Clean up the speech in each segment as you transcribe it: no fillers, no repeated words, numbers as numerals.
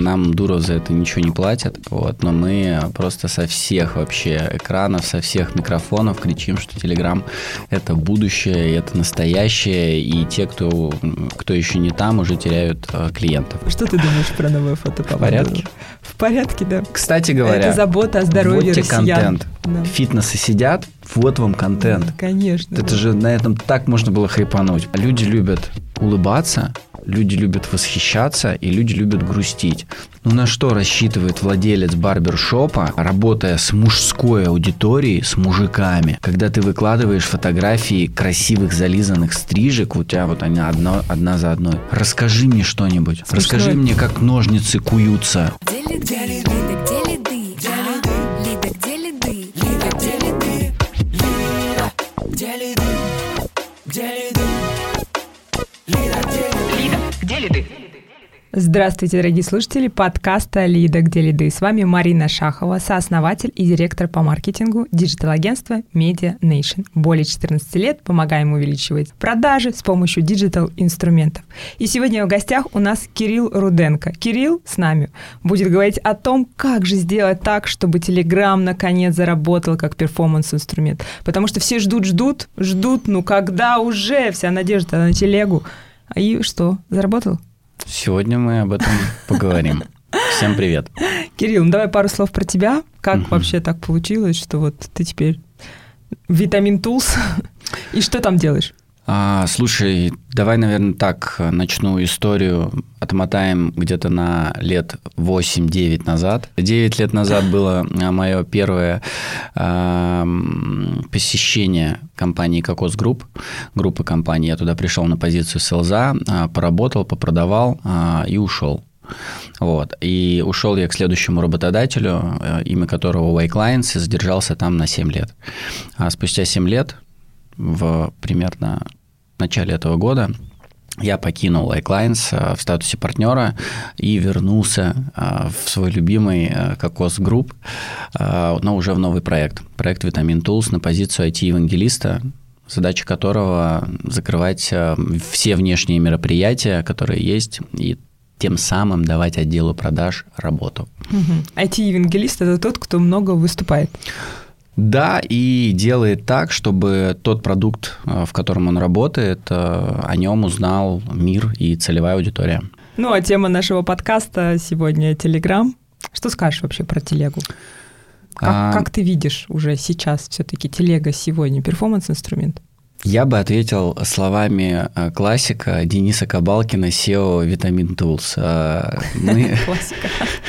Нам Дуров за это ничего не платят, но мы просто со всех вообще экранов, со всех микрофонов кричим, что Telegram – это будущее, это настоящее, и те, кто еще не там, уже теряют клиентов. Что ты думаешь про новое фото по В порядке? В порядке, да. Кстати говоря, это забота о здоровье россиян. Контент. Да. Фитнесы сидят, вот вам контент. Да, конечно. Это же на этом так можно было хайпануть. Люди любят улыбаться, люди любят восхищаться, и люди любят грустить. На что рассчитывает владелец барбершопа, работая с мужской аудиторией, с мужиками, когда ты выкладываешь фотографии красивых зализанных стрижек, у тебя вот они одна за одной. Расскажи мне что-нибудь. Смешно. Расскажи мне, как ножницы куются. Здравствуйте, дорогие слушатели подкаста «Лида. Где лиды?». С вами Марина Шахова, сооснователь и директор по маркетингу диджитал-агентства Media Nation. Более 14 лет помогаем увеличивать продажи с помощью диджитал-инструментов. И сегодня в гостях у нас Кирилл Руденко. Кирилл с нами будет говорить о том, как же сделать так, чтобы Telegram наконец заработал как перформанс-инструмент. Потому что все ждут, когда уже вся надежда на телегу. И что, заработал? Сегодня мы об этом поговорим. Всем привет. Кирилл, давай пару слов про тебя. Как вообще так получилось, что вот ты теперь Vitamin Tools? И что там делаешь? Слушай, давай, наверное, так начну историю. Отмотаем где-то на лет 8-9 назад. 9 лет назад было мое первое посещение компании Кокос Групп, группы компаний. Я туда пришел на позицию селза, поработал, попродавал и ушел. И ушел я к следующему работодателю, имя которого Y-Clients, и задержался там на 7 лет. Спустя 7 лет, примерно в начале этого года, я покинул Y-Clients в статусе партнера и вернулся в свой любимый Кокос Групп, но уже в новый проект Vitamin Tools на позицию IT-евангелиста, задача которого закрывать все внешние мероприятия, которые есть, и тем самым давать отделу продаж работу. IT-евангелист – это тот, кто много выступает. Да, и делает так, чтобы тот продукт, в котором он работает, о нем узнал мир и целевая аудитория. А тема нашего подкаста сегодня – Telegram. Что скажешь вообще про телегу? Как ты видишь уже сейчас все-таки телега сегодня перформанс-инструмент? Я бы ответил словами классика Дениса Кабалкина, SEO Vitamin Tools. Классика.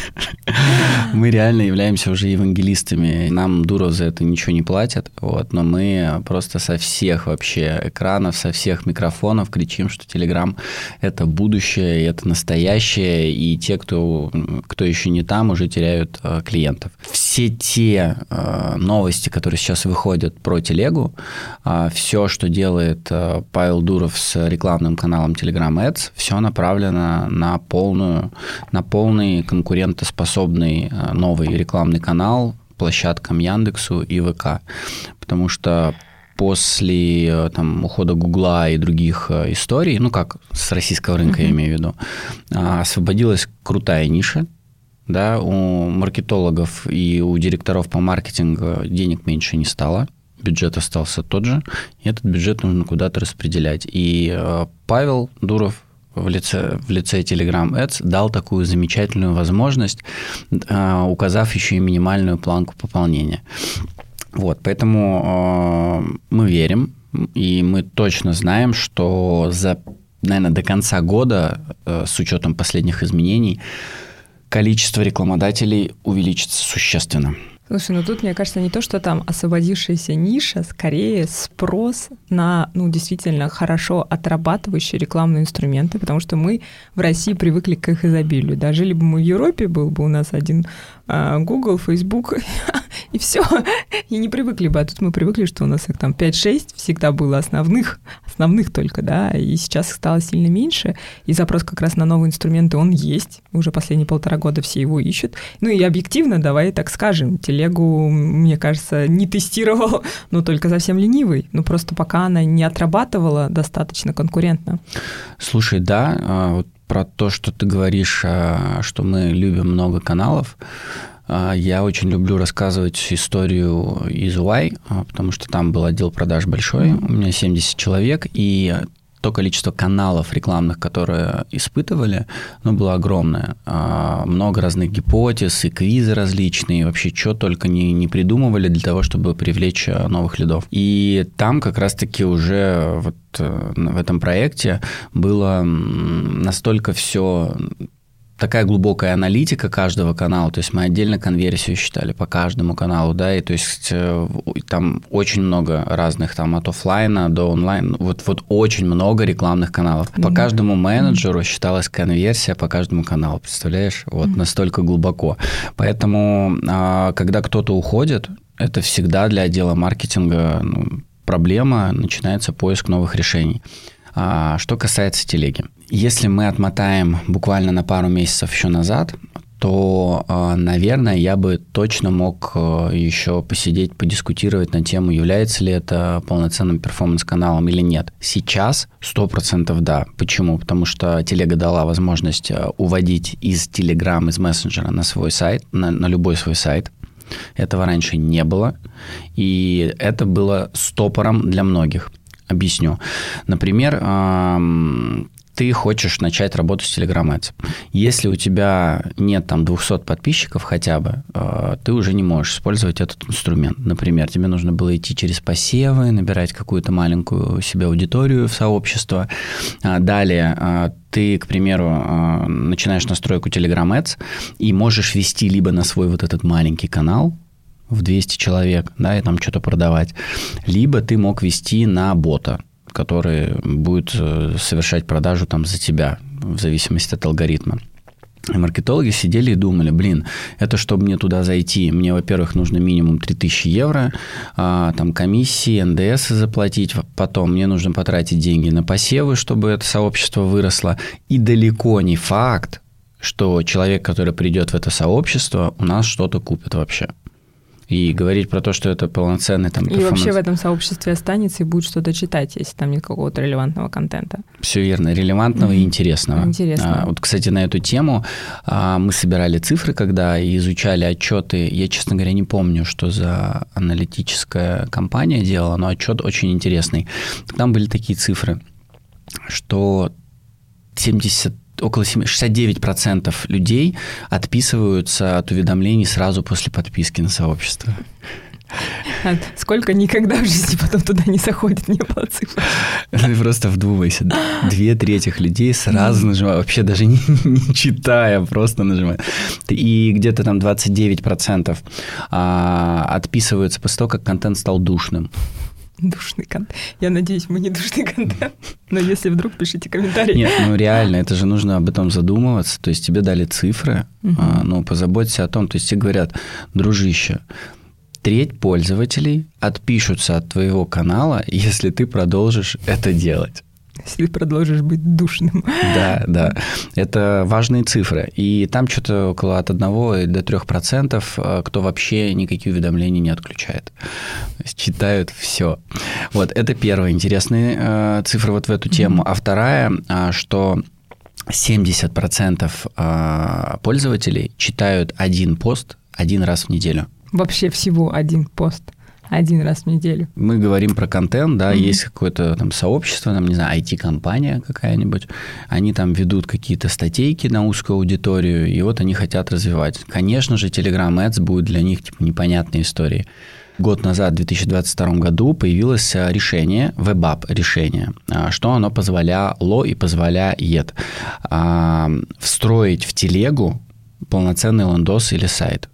Мы реально являемся уже евангелистами. Нам Дуров за это ничего не платят, но мы просто со всех вообще экранов, со всех микрофонов кричим, что Telegram – это будущее, это настоящее, и те, кто еще не там, уже теряют клиентов. Все те новости, которые сейчас выходят про телегу, все, что делает Павел Дуров с рекламным каналом Telegram Ads, все направлено на полный конкурентоспособный новый рекламный канал площадкам Яндексу и ВК. Потому что после ухода Гугла и других историй, как с российского рынка я имею в виду, освободилась крутая ниша. Да, у маркетологов и у директоров по маркетингу денег меньше не стало. Бюджет остался тот же, и этот бюджет нужно куда-то распределять. И Павел Дуров в лице Telegram Ads дал такую замечательную возможность, указав еще и минимальную планку пополнения. Поэтому мы верим, и мы точно знаем, что наверное, до конца года, с учетом последних изменений, количество рекламодателей увеличится существенно. Слушай, тут, мне кажется, не то, что там освободившаяся ниша, скорее спрос на, действительно хорошо отрабатывающие рекламные инструменты, потому что мы в России привыкли к их изобилию. Да, жили бы мы в Европе, был бы у нас один Google, Facebook, и все, и не привыкли бы. А тут мы привыкли, что у нас их там 5-6 всегда было основных только, да, и сейчас их стало сильно меньше, и запрос как раз на новые инструменты, он есть, уже последние 1,5 года все его ищут. И объективно, давай так скажем, телегу, мне кажется, не тестировал, только совсем ленивый, просто пока она не отрабатывала достаточно конкурентно. Слушай, да, про то, что ты говоришь, что мы любим много каналов. Я очень люблю рассказывать историю из Y, потому что там был отдел продаж большой, у меня 70 человек, и то количество каналов рекламных, которые испытывали, было огромное. Много разных гипотез и квизы различные, и вообще что только не придумывали для того, чтобы привлечь новых лидов. И там как раз-таки уже вот в этом проекте было настолько все... Такая глубокая аналитика каждого канала, то есть мы отдельно конверсию считали по каждому каналу, да, и то есть там очень много разных, там от офлайна до онлайн, вот очень много рекламных каналов. По каждому менеджеру считалась конверсия по каждому каналу, представляешь? Вот настолько глубоко. Поэтому, когда кто-то уходит, это всегда для отдела маркетинга проблема, начинается поиск новых решений. Что касается телеги. Если мы отмотаем буквально на пару месяцев еще назад, то, наверное, я бы точно мог еще посидеть, подискутировать на тему, является ли это полноценным перформанс-каналом или нет. Сейчас 100% да. Почему? Потому что телега дала возможность уводить из Telegram, из мессенджера на свой сайт, на любой свой сайт. Этого раньше не было, и это было стопором для многих. Объясню. Например, ты хочешь начать работу с Telegram Ads. Если у тебя нет там 200 подписчиков хотя бы, ты уже не можешь использовать этот инструмент. Например, тебе нужно было идти через посевы, набирать какую-то маленькую себе аудиторию в сообщество. Далее ты, к примеру, начинаешь настройку Telegram Ads и можешь вести либо на свой вот этот маленький канал, в 200 человек, да, и там что-то продавать. Либо ты мог вести на бота, который будет совершать продажу там за тебя, в зависимости от алгоритма. И маркетологи сидели и думали, это чтобы мне туда зайти, мне, во-первых, нужно минимум 3000 евро, там комиссии, НДС заплатить, потом мне нужно потратить деньги на посевы, чтобы это сообщество выросло. И далеко не факт, что человек, который придет в это сообщество, у нас что-то купит вообще. И говорить про то, что это полноценный там перформанс. И вообще в этом сообществе останется и будет что-то читать, если там нет какого-то релевантного контента. Все верно, релевантного и интересного. Интересно. Вот, кстати, на эту тему мы собирали цифры, когда изучали отчеты. Я, честно говоря, не помню, что за аналитическая компания делала, но отчет очень интересный. Там были такие цифры, что около 69% людей отписываются от уведомлений сразу после подписки на сообщество. Сколько никогда в жизни потом туда не заходит, не было цифр. Просто вдумайся. 2/3 людей сразу нажимают, вообще даже не читая, просто нажимают. И где-то там 29% отписываются после того, как контент стал душным. Душный контент. Я надеюсь, мы не душный контент. Но если вдруг, пишите комментарии. Нет, реально, это же нужно об этом задумываться. То есть тебе дали цифры, позаботься о том. То есть тебе говорят, дружище, 1/3 пользователей отпишутся от твоего канала, если ты продолжишь это делать. Если продолжишь быть душным. Да. Это важные цифры. И там что-то около от 1 до 3%, кто вообще никакие уведомления не отключает. То есть читают все. Вот, это первая интересная цифра вот в эту тему. А вторая, что 70% пользователей читают один пост 1 раз в неделю. Вообще всего 1 пост. 1 раз в неделю. Мы говорим про контент, да, есть какое-то там сообщество, там, не знаю, IT-компания какая-нибудь, они там ведут какие-то статейки на узкую аудиторию, и вот они хотят развивать. Конечно же, Telegram Ads будет для них типа непонятной историей. Год назад, в 2022 году, появилось решение, WebApp решение, что оно позволяло и позволяет встроить в телегу полноценный лендос или сайт.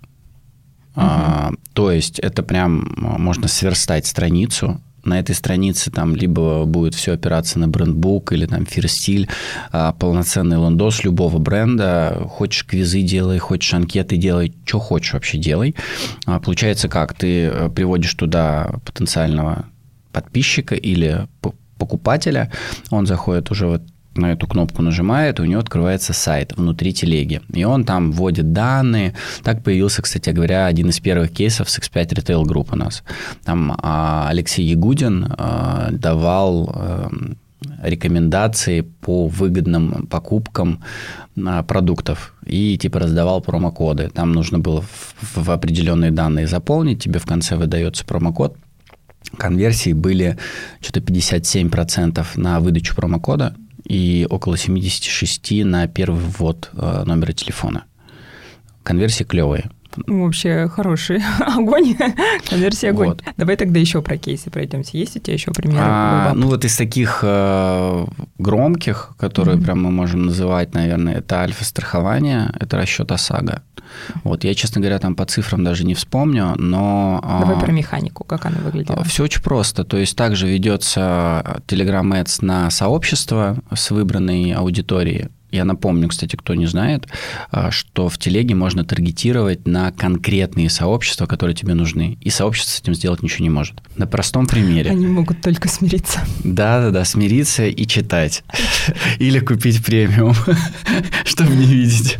То есть это прям можно сверстать страницу. На этой странице там либо будет все опираться на брендбук или там фирстиль, полноценный лендос любого бренда. Хочешь квизы делай, хочешь анкеты делай, что хочешь вообще делай. Получается как? Ты приводишь туда потенциального подписчика или покупателя, он заходит уже вот на эту кнопку нажимает, и у него открывается сайт внутри телеги. И он там вводит данные. Так появился, кстати говоря, один из первых кейсов с X5 Retail Group у нас. Там Алексей Ягудин давал рекомендации по выгодным покупкам продуктов и типа раздавал промокоды. Там нужно было в определенные данные заполнить, тебе в конце выдается промокод. Конверсии были что-то 57% на выдачу промокода и около 76% на первый ввод номера телефона. Конверсии клевые. Вообще хороший огонь, конверсия огонь. Вот. Давай тогда еще про кейсы пройдемся. Есть у тебя еще примеры? Ну вот из таких громких, которые прям мы можем называть, наверное, это альфа-страхование, это расчет ОСАГО. Вот я, честно говоря, там по цифрам даже не вспомню, но... Давай про механику, как она выглядела. Все очень просто. То есть также ведется Telegram Ads на сообщество с выбранной аудиторией. Я напомню, кстати, кто не знает, что в телеге можно таргетировать на конкретные сообщества, которые тебе нужны. И сообщество с этим сделать ничего не может. На простом примере. Они могут только смириться. Да, смириться и читать. Или купить премиум, чтобы не видеть.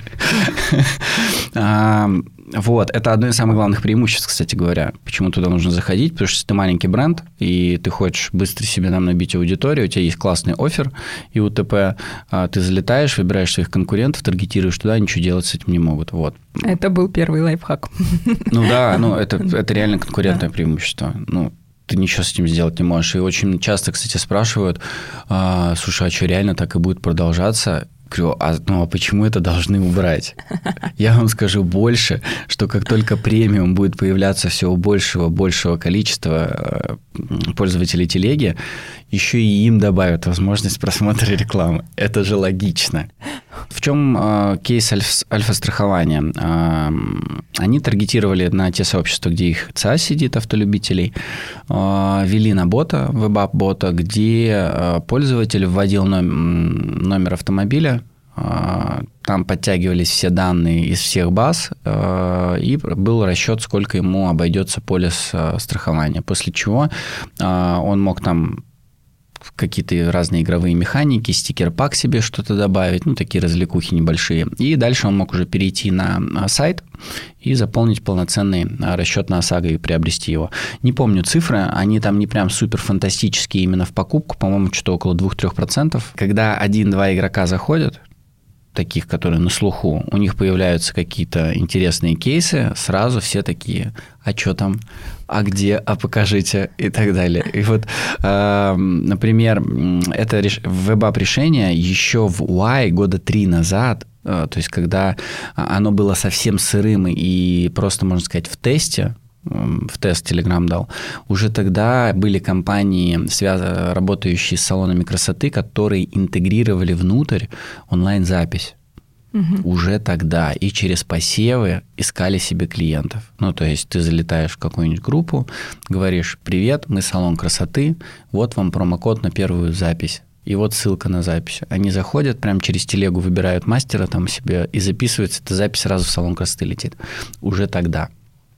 Вот, это одно из самых главных преимуществ, кстати говоря, почему туда нужно заходить, потому что если ты маленький бренд, и ты хочешь быстро себе там набить аудиторию, у тебя есть классный оффер и УТП, ты залетаешь, выбираешь своих конкурентов, таргетируешь туда, ничего делать с этим не могут, вот. Это был первый лайфхак. Ну да, это реально конкурентное преимущество, ты ничего с этим сделать не можешь. И очень часто, кстати, спрашивают, слушай, а что, реально так и будет продолжаться? Говорю, а почему это должны убрать? Я вам скажу больше, что как только премиум будет появляться все у большего количества пользователей телеги, еще и им добавят возможность просмотра рекламы. Это же логично. В чем кейс альфа-страхования? Они таргетировали на те сообщества, где их ЦА сидит, автолюбителей, вели на бота, веб-бота, где пользователь вводил номер автомобиля, там подтягивались все данные из всех баз, и был расчет, сколько ему обойдется полис страхования. После чего он мог там какие-то разные игровые механики, стикер-пак себе что-то добавить, такие развлекухи небольшие. И дальше он мог уже перейти на сайт и заполнить полноценный расчет на ОСАГО и приобрести его. Не помню цифры, они там не прям супер фантастические именно в покупку, по-моему, что-то около 2-3%. Когда 1-2 игрока заходят, таких, которые на слуху, у них появляются какие-то интересные кейсы, сразу все такие, а что там, а где, а покажите и так далее. И вот, например, это веб-ап-решение еще в UI года 3 назад, то есть когда оно было совсем сырым и просто, можно сказать, в тесте, в тест Telegram дал, уже тогда были компании, работающие с салонами красоты, которые интегрировали внутрь онлайн-запись. Уже тогда и через посевы искали себе клиентов. То есть ты залетаешь в какую-нибудь группу, говоришь: привет, мы салон красоты, вот вам промокод на первую запись. И вот ссылка на запись. Они заходят, прям через телегу выбирают мастера там себе и записывается, эта запись сразу в салон красоты летит. Уже тогда.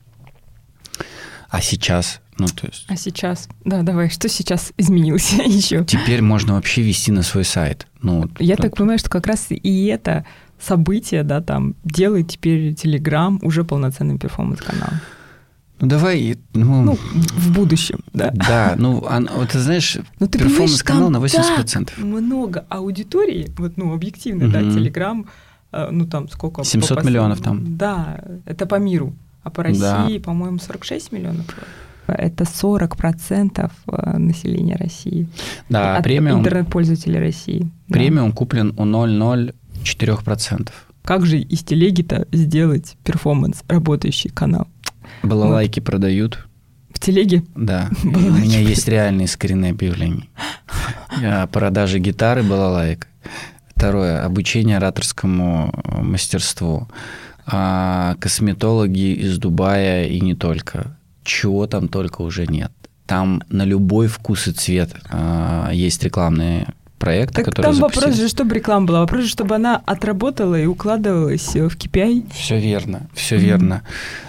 А сейчас? А сейчас? Да, давай, что сейчас изменилось еще? Теперь можно вообще вести на свой сайт. Я так понимаю, что как раз и это событие, да, там, делает теперь Telegram уже полноценным перформанс-каналом. Давай... в будущем, да. Да, ты знаешь, перформанс-канал на 80%. Так много аудитории, объективно, да, Telegram, там сколько? 700 миллионов там. Да, это по миру. А по России, по-моему, 46 миллионов. Это 40% населения России. Да, премиум. Интернет-пользователей России. Премиум куплен у 0,04%. Как же из телеги-то сделать перформанс, работающий канал? Балалайки продают. В телеге? Да. У меня есть реальные скрины объявлений. Продажи гитары, балалайк. Второе. Обучение ораторскому мастерству. Косметологи из Дубая и не только. Чего там только уже нет. Там на любой вкус и цвет есть рекламные проекты, которые там запустились. Вопрос же, чтобы реклама была. Вопрос же, чтобы она отработала и укладывалась в KPI. Все верно, все верно.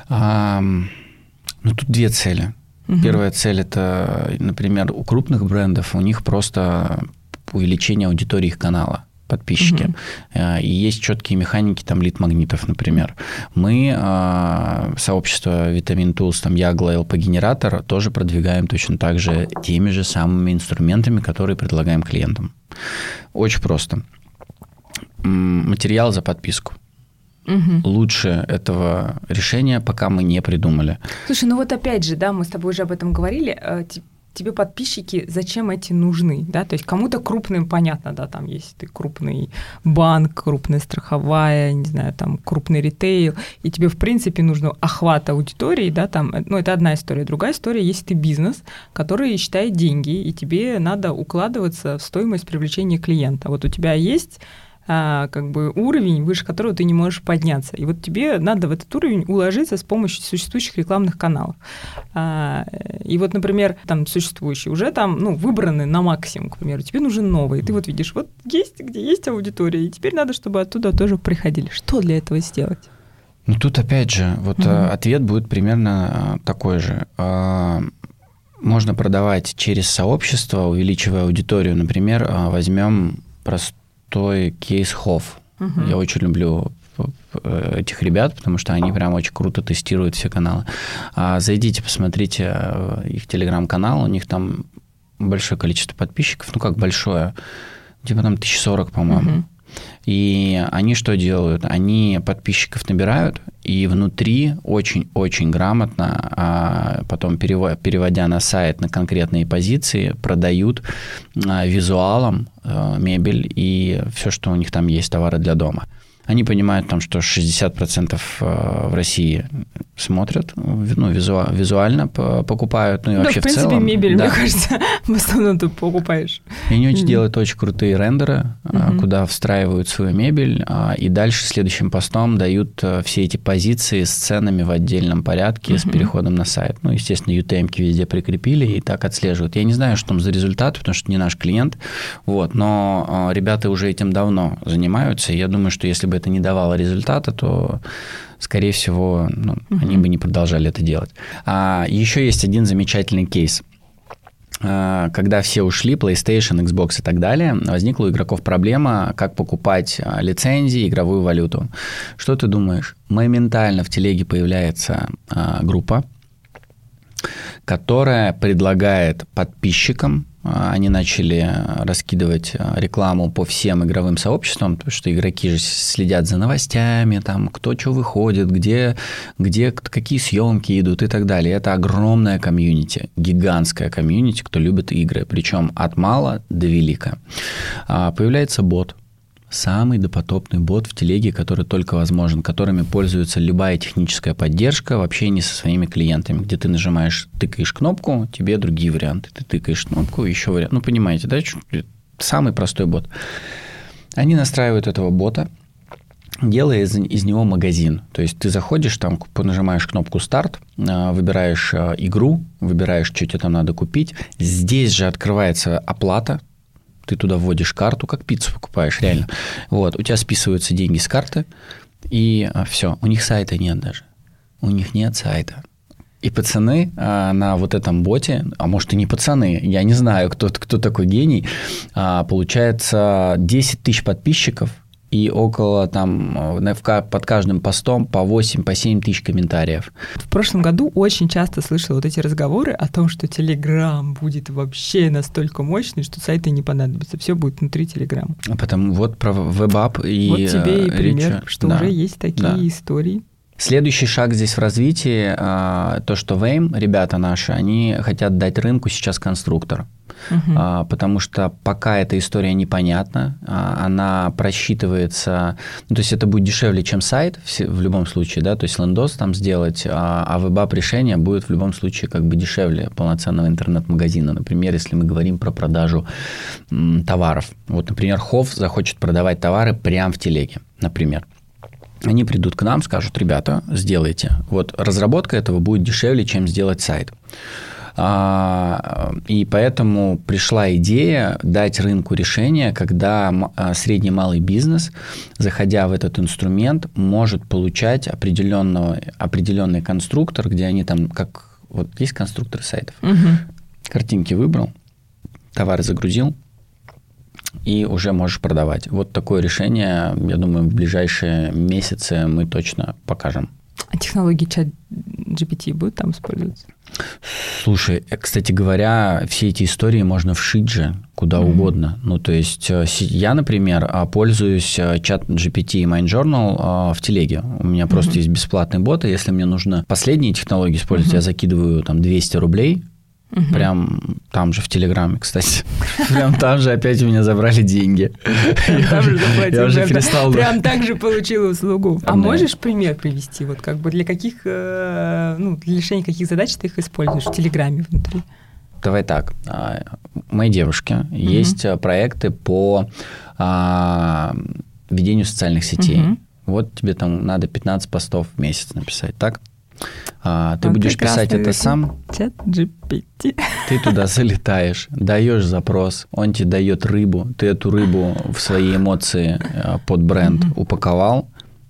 Тут две цели. Первая цель – это, например, у крупных брендов у них просто увеличение аудитории их канала. подписчики. И есть четкие механики, там, лид-магнитов, например. Мы, сообщество Vitamin Tools, там, Yagla, LP-генератор, тоже продвигаем точно так же теми же самыми инструментами, которые предлагаем клиентам. Очень просто. Материал за подписку. Лучше этого решения пока мы не придумали. Слушай, ну вот опять же, да, мы с тобой уже об этом говорили, тебе подписчики, зачем эти нужны, да, то есть кому-то крупным понятно, да, там есть ты крупный банк, крупная страховая, не знаю, там крупный ритейл, и тебе в принципе нужно охват аудитории, да, там, ну это одна история, другая история, если ты бизнес, который считает деньги, и тебе надо укладываться в стоимость привлечения клиента, вот у тебя есть как бы уровень, выше которого ты не можешь подняться. И вот тебе надо в этот уровень уложиться с помощью существующих рекламных каналов. И вот, например, там существующие уже там, ну, выбраны на максимум, к примеру, тебе нужен новый. И ты вот видишь, вот есть, где есть аудитория, и теперь надо, чтобы оттуда тоже приходили. Что для этого сделать? Ну, тут опять же, вот ответ будет примерно такой же. Можно продавать через сообщество, увеличивая аудиторию. Например, возьмем кейс Хофф. Я очень люблю этих ребят, потому что они прям очень круто тестируют все каналы. Зайдите, посмотрите их телеграм-канал, у них там большое количество подписчиков, ну как большое, типа там 1040, по-моему. И они что делают? Они подписчиков набирают, и внутри очень-очень грамотно, потом переводя на сайт на конкретные позиции, продают визуалом мебель и все, что у них там есть, товары для дома. Они понимают, там, что 60% в России смотрят, ну, визуально покупают, ну и вообще в целом. В принципе, мебель, да. Мне кажется, в основном ты покупаешь. И они делают очень крутые рендеры, куда встраивают свою мебель, и дальше следующим постом дают все эти позиции с ценами в отдельном порядке, с переходом на сайт. Ну, естественно, UTM-ки везде прикрепили и так отслеживают. Я не знаю, что там за результат, потому что не наш клиент, вот, но ребята уже этим давно занимаются, и я думаю, что если бы это не давало результата, то, скорее всего, они бы не продолжали это делать. Еще есть один замечательный кейс. Когда все ушли, PlayStation, Xbox и так далее, возникла у игроков проблема, как покупать лицензии, игровую валюту. Что ты думаешь? Моментально в телеге появляется группа, которая предлагает подписчикам, они начали раскидывать рекламу по всем игровым сообществам, потому что игроки же следят за новостями, там, кто что выходит, где какие съемки идут и так далее. Это огромная комьюнити, гигантская комьюнити, кто любит игры, причем от мала до велика. Появляется бот. Самый допотопный бот в телеге, который только возможен, которыми пользуется любая техническая поддержка в общении со своими клиентами, где ты нажимаешь, тыкаешь кнопку, тебе другие варианты. Ты тыкаешь кнопку, еще вариант. Ну, понимаете, да? Самый простой бот. Они настраивают этого бота, делая из него магазин. То есть ты заходишь, там нажимаешь кнопку «Старт», выбираешь игру, выбираешь, что тебе там надо купить. Здесь же открывается оплата. Ты туда вводишь карту, как пиццу покупаешь, реально. Вот, у тебя списываются деньги с карты, и все. У них сайта нет даже. У них нет сайта. И пацаны на вот этом боте, а может и не пацаны, я не знаю, кто такой гений, получается 10 тысяч подписчиков, и около там под каждым постом по 8, по 7 тысяч комментариев. В прошлом году очень часто слышала вот эти разговоры о том, что Telegram будет вообще настолько мощный, что сайты не понадобятся, все будет внутри Telegram. Потому вот про WebApp и вот тебе и пример, что да, уже есть такие истории. Следующий шаг здесь в развитии, то, что Vame, ребята наши, они хотят дать рынку сейчас конструктор. Потому что пока эта история непонятна, она просчитывается, ну, то есть это будет дешевле, чем сайт в любом случае, да, то есть лендос там сделать, а WebApp решение будет в любом случае как бы дешевле полноценного интернет-магазина. Например, если мы говорим про продажу товаров. Вот, например, Хофф захочет продавать товары прямо в телеге, например. Они придут к нам, скажут: ребята, сделайте. Вот разработка этого будет дешевле, чем сделать сайт. И поэтому пришла идея дать рынку решение, когда средний и малый бизнес, заходя в этот инструмент, может получать определенный конструктор, где они там, как вот есть конструкторы сайтов, картинки выбрал, товары загрузил, и уже можешь продавать. Вот такое решение, я думаю, в ближайшие месяцы мы точно покажем. А технологии чат GPT будут там использоваться? Слушай, кстати говоря, все эти истории можно вшить же куда угодно. Ну, то есть я, например, пользуюсь чат GPT и MindJournal в телеге. У меня просто есть бесплатный бот, и если мне нужно последние технологии использовать, я закидываю там 200 рублей, прям там же в Телеграме, кстати. Прям там же опять у меня забрали деньги. Я уже перестал. Прям так же получил услугу. А можешь пример привести? Вот как бы для каких, ну, для решения каких задач ты их используешь в Телеграме внутри? Давай так. У моей девушки есть проекты по ведению социальных сетей. Вот тебе там надо 15 постов в месяц написать, так? Ты будешь писать это сам. Чат GPT. Ты туда залетаешь, даешь запрос, он тебе дает рыбу, ты эту рыбу в свои эмоции под бренд упаковал,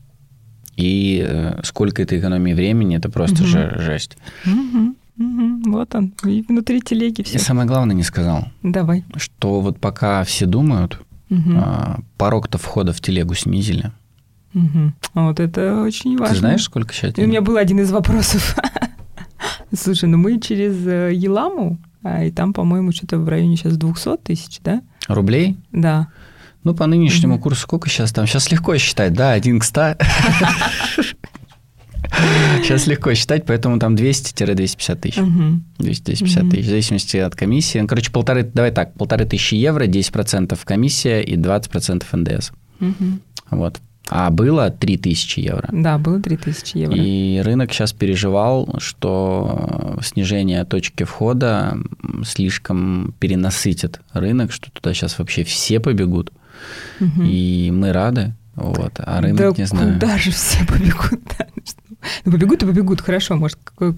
и сколько это экономии времени, это просто жесть. Вот он, и внутри телеги все. И самое главное не сказал. Давай. Что вот пока все думают, порог-то входа в телегу снизили. Вот это очень важно. Ты знаешь, сколько сейчас? У меня был один из вопросов. Слушай, ну мы через Еламу, и там, по-моему, что-то в районе сейчас 200 тысяч, да? Рублей? Да. Ну, по нынешнему курсу сколько сейчас там? Сейчас легко считать, да, 1 к 100. Сейчас легко считать, поэтому там 200-250 тысяч. 200-250 тысяч, в зависимости от комиссии. Ну, короче, давай так, 1500 евро, 10% комиссия и 20% НДС. Вот. А было 3000 евро. Да, было 3000 евро. И рынок сейчас переживал, что снижение точки входа слишком перенасытит рынок, что туда сейчас вообще все побегут. И мы рады, вот, а рынок не знаю. Да куда же все побегут? Ну, побегут и побегут, хорошо, может,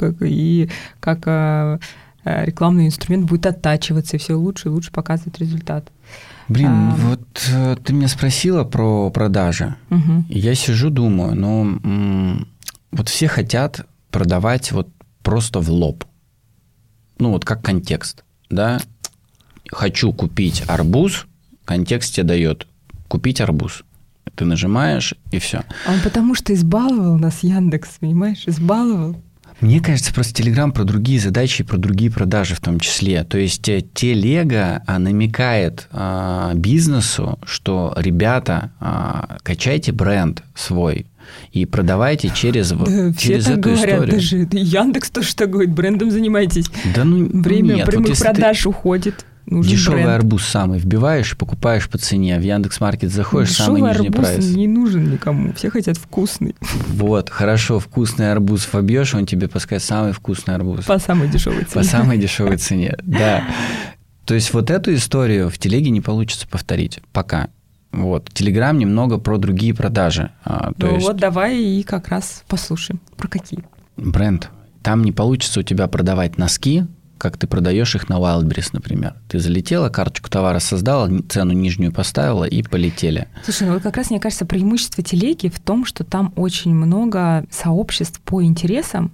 как рекламный инструмент будет оттачиваться, и все лучше и лучше показывать результат. Блин, вот ты меня спросила про продажи. И я сижу, думаю, ну, вот все хотят продавать вот просто в лоб. Ну, вот как контекст, да? Хочу купить арбуз, контекст тебе дает купить арбуз. Ты нажимаешь, и все. Он потому что избаловал нас Яндекс, понимаешь? Избаловал. Мне кажется, просто Телеграм про другие задачи и про другие продажи в том числе. То есть телега намекает бизнесу, что, ребята, качайте бренд свой и продавайте через эту историю. Даже Яндекс тоже так говорит, брендом занимайтесь. Да ну время нет, прямых продаж уходит. Дешевый бренд. Арбуз самый вбиваешь и покупаешь по цене. В Яндекс.Маркет заходишь, дешевый самый нижний прайс. Арбуз не нужен никому. Все хотят вкусный. Вот, хорошо, вкусный арбуз вобьешь, он тебе подскажет самый вкусный арбуз. По самой дешевой цене. По самой дешевой цене, да. То есть вот эту историю в телеге не получится повторить пока. Вот. Телеграм немного про другие продажи. Вот давай и как раз послушаем. Про какие? Бренд. Там не получится у тебя продавать носки, как ты продаешь их на Wildberries, например. Ты залетела, карточку товара создала, цену нижнюю поставила и полетели. Слушай, ну вот как раз, мне кажется, преимущество телеги в том, что там очень много сообществ по интересам.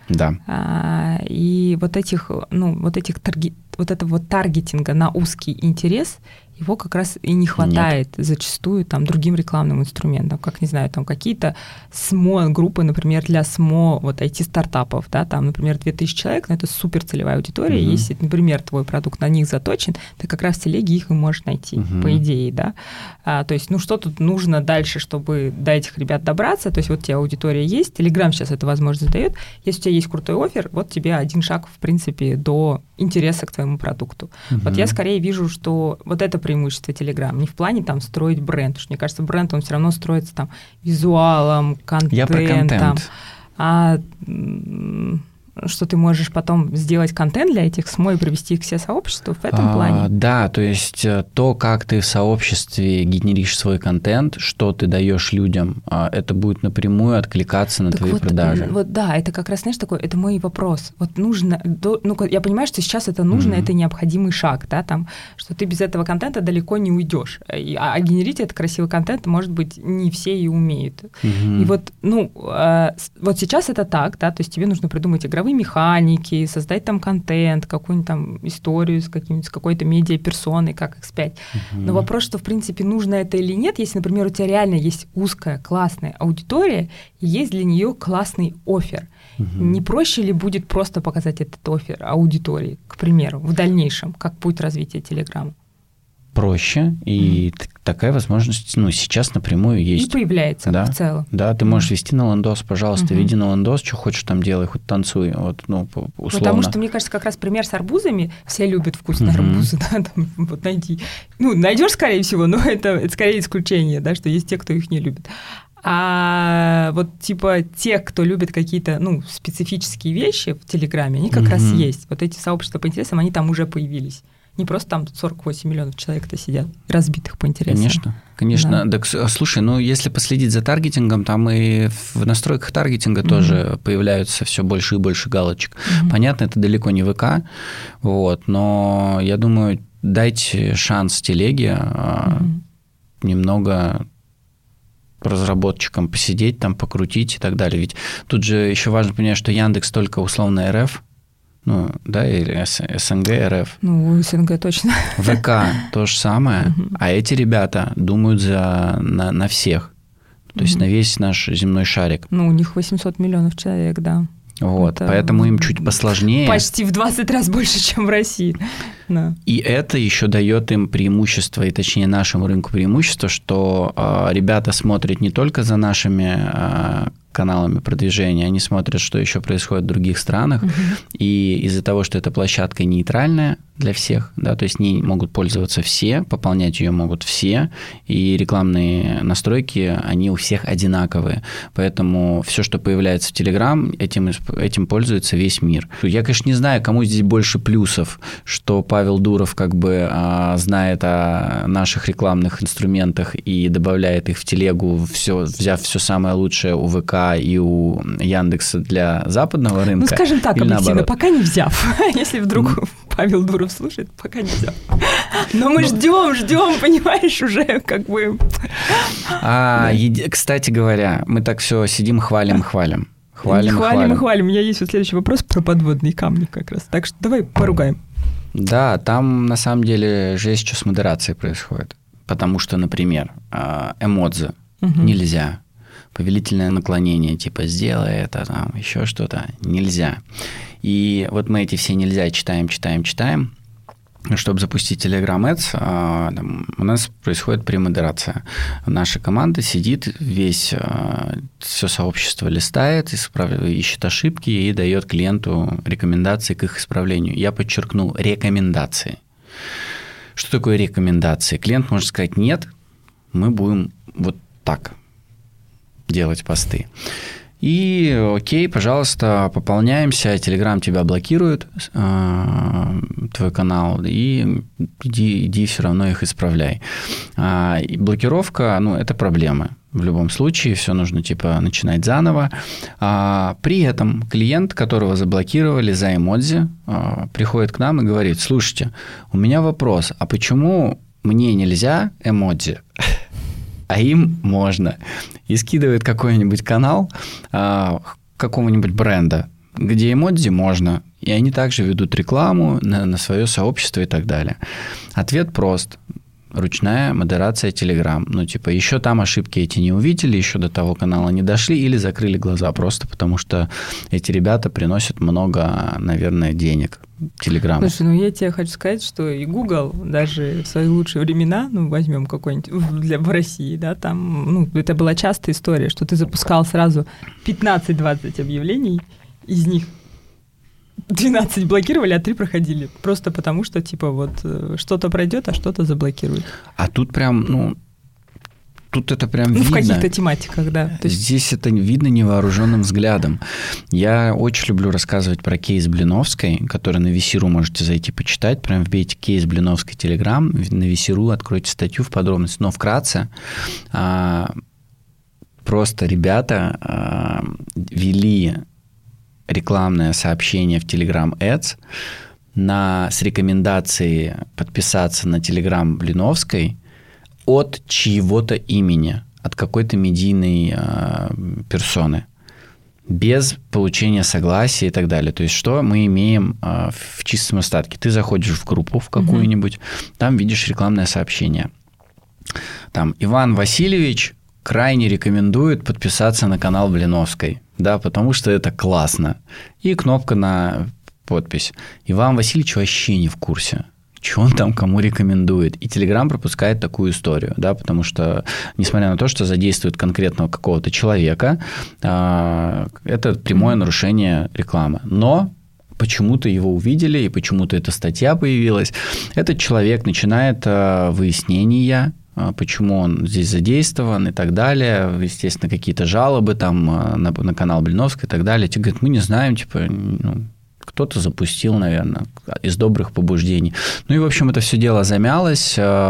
Да. И вот этого таргетинга на узкий интерес, его как раз и не хватает зачастую там другим рекламным инструментам, как, не знаю, там какие-то СМО-группы, например, для СМО, вот IT-стартапов, да, там, например, 2000 человек, но это супер целевая аудитория, если, например, твой продукт на них заточен, ты как раз в телеге их и можешь найти, по идее, да. То есть, ну, что тут нужно дальше, чтобы до этих ребят добраться, то есть вот у тебя аудитория есть, Telegram сейчас эту возможность дает, если у тебя есть крутой оффер, вот тебе один шаг, в принципе, до интереса к твоему продукту. Вот я скорее вижу, что вот это преимущество Telegram, не в плане там строить бренд, потому что, мне кажется, бренд, он все равно строится там визуалом, контентом. Я про контент. Что ты можешь потом сделать контент для этих СМО и привести их все сообществу в этом плане? Да, то есть то, как ты в сообществе генеришь свой контент, что ты даешь людям, это будет напрямую откликаться на твои продажи. Вот да, это как раз, знаешь, такой, это мой вопрос. Вот нужно, я понимаю, что сейчас это нужно, это необходимый шаг, да, там, что ты без этого контента далеко не уйдешь. А генерить этот красивый контент, может быть, не все и умеют. И вот, вот сейчас это так, да, то есть тебе нужно придумать игровой игровые механики, создать там контент, какую-нибудь там историю с какой-то медиаперсоной, как X5. Но вопрос, что, в принципе, нужно это или нет, если, например, у тебя реально есть узкая, классная аудитория, и есть для нее классный оффер. Не проще ли будет просто показать этот оффер аудитории, к примеру, в дальнейшем, как путь развития Телеграма? Проще, и такая возможность, сейчас напрямую есть. И появляется в целом. Да, ты можешь вести на лендос, пожалуйста, веди на лендос, что хочешь там делай, хоть танцуй, условно. Потому что, мне кажется, как раз пример с арбузами, все любят вкусные арбузы, да, там, вот найди. Найдешь, скорее всего, но это скорее исключение, да, что есть те, кто их не любит. А вот типа те, кто любит какие-то, специфические вещи в Телеграме, они как раз есть. Вот эти сообщества по интересам, они там уже появились. Не просто там 48 миллионов человек-то сидят, разбитых по интересам. Конечно. Да. Так, слушай, если последить за таргетингом, там и в настройках таргетинга тоже появляются все больше и больше галочек. Понятно, это далеко не ВК, но я думаю, дайте шанс телеге немного разработчикам посидеть, там покрутить и так далее. Ведь тут же еще важно понять, что Яндекс только условно РФ, или СНГ, РФ. СНГ точно. ВК то же самое, а эти ребята думают на всех, то есть на весь наш земной шарик. У них 800 миллионов человек, да. Поэтому им чуть посложнее. Почти в 20 раз больше, чем в России. Да. И это еще дает им преимущество, и точнее нашему рынку преимущество, что ребята смотрят не только за нашими каналами продвижения, они смотрят, что еще происходит в других странах, и из-за того, что эта площадка нейтральная для всех, да, то есть не могут пользоваться все, пополнять ее могут все, и рекламные настройки, они у всех одинаковые, поэтому все, что появляется в Telegram, этим пользуется весь мир. Я, конечно, не знаю, кому здесь больше плюсов, что Павел Дуров как бы знает о наших рекламных инструментах и добавляет их в телегу, взяв все самое лучшее у ВК и у Яндекса для западного рынка. Скажем так, объективно, пока не взяв. Если вдруг Павел Дуров слушает, пока не взяв. Но мы ждем, понимаешь, уже как бы. Кстати говоря, мы так все сидим, хвалим. Хвалим. У меня есть следующий вопрос про подводные камни как раз. Так что давай поругаем. Да, там на самом деле жесть, что с модерацией происходит. Потому что, например, эмодзи нельзя. Повелительное наклонение, типа «сделай это», там, еще что-то, нельзя. И вот мы эти все нельзя читаем. Чтобы запустить Telegram Ads, у нас происходит премодерация. Наша команда сидит, все сообщество листает, ищет ошибки и дает клиенту рекомендации к их исправлению. Я подчеркну, рекомендации. Что такое рекомендации? Клиент может сказать «нет, мы будем вот так делать посты». И окей, пожалуйста, пополняемся, Telegram тебя блокирует, твой канал, и иди все равно их исправляй. И блокировка, это проблемы. В любом случае, все нужно начинать заново. При этом клиент, которого заблокировали за эмодзи, приходит к нам и говорит: слушайте, у меня вопрос, а почему мне нельзя эмодзи, а им можно? И скидывает какой-нибудь канал какого-нибудь бренда, где эмодзи можно, и они также ведут рекламу на свое сообщество и так далее. Ответ прост. Ручная модерация Telegram. Еще там ошибки эти не увидели, еще до того канала не дошли или закрыли глаза просто потому, что эти ребята приносят много, наверное, денег Telegram. Слушай, я тебе хочу сказать, что и Google даже в свои лучшие времена, возьмем какой-нибудь в России, да, там, это была частая история, что ты запускал сразу 15-20 объявлений, из них 12 блокировали, а 3 проходили. Просто потому, что, что-то пройдет, а что-то заблокируют. А тут прям, тут это прям видно. В каких-то тематиках, да. Здесь это видно невооруженным взглядом. Я очень люблю рассказывать про кейс Блиновской, который на VC.ru можете зайти почитать. Прям вбейте кейс Блиновской Telegram, на VC.ru откройте статью в подробности. Но вкратце, просто ребята вели рекламное сообщение в Telegram Ads с рекомендацией подписаться на Telegram Блиновской от чьего-то имени, от какой-то медийной персоны. без получения согласия и так далее. То есть что мы имеем в чистом остатке? Ты заходишь в группу в какую-нибудь, там видишь рекламное сообщение. Там Иван Васильевич крайне рекомендует подписаться на канал Блиновской, да, потому что это классно. И кнопка на подпись. Иван Васильевич вообще не в курсе, что он там кому рекомендует. И Telegram пропускает такую историю, да, потому что, несмотря на то, что задействует конкретного какого-то человека, это прямое нарушение рекламы. Но почему-то его увидели, и почему-то эта статья появилась. Этот человек начинает выяснения, почему он здесь задействован и так далее. Естественно, какие-то жалобы там на канал Блиновской и так далее. Те говорят, мы не знаем, типа, кто-то запустил, наверное, из добрых побуждений. Ну и, в общем, это все дело замялось,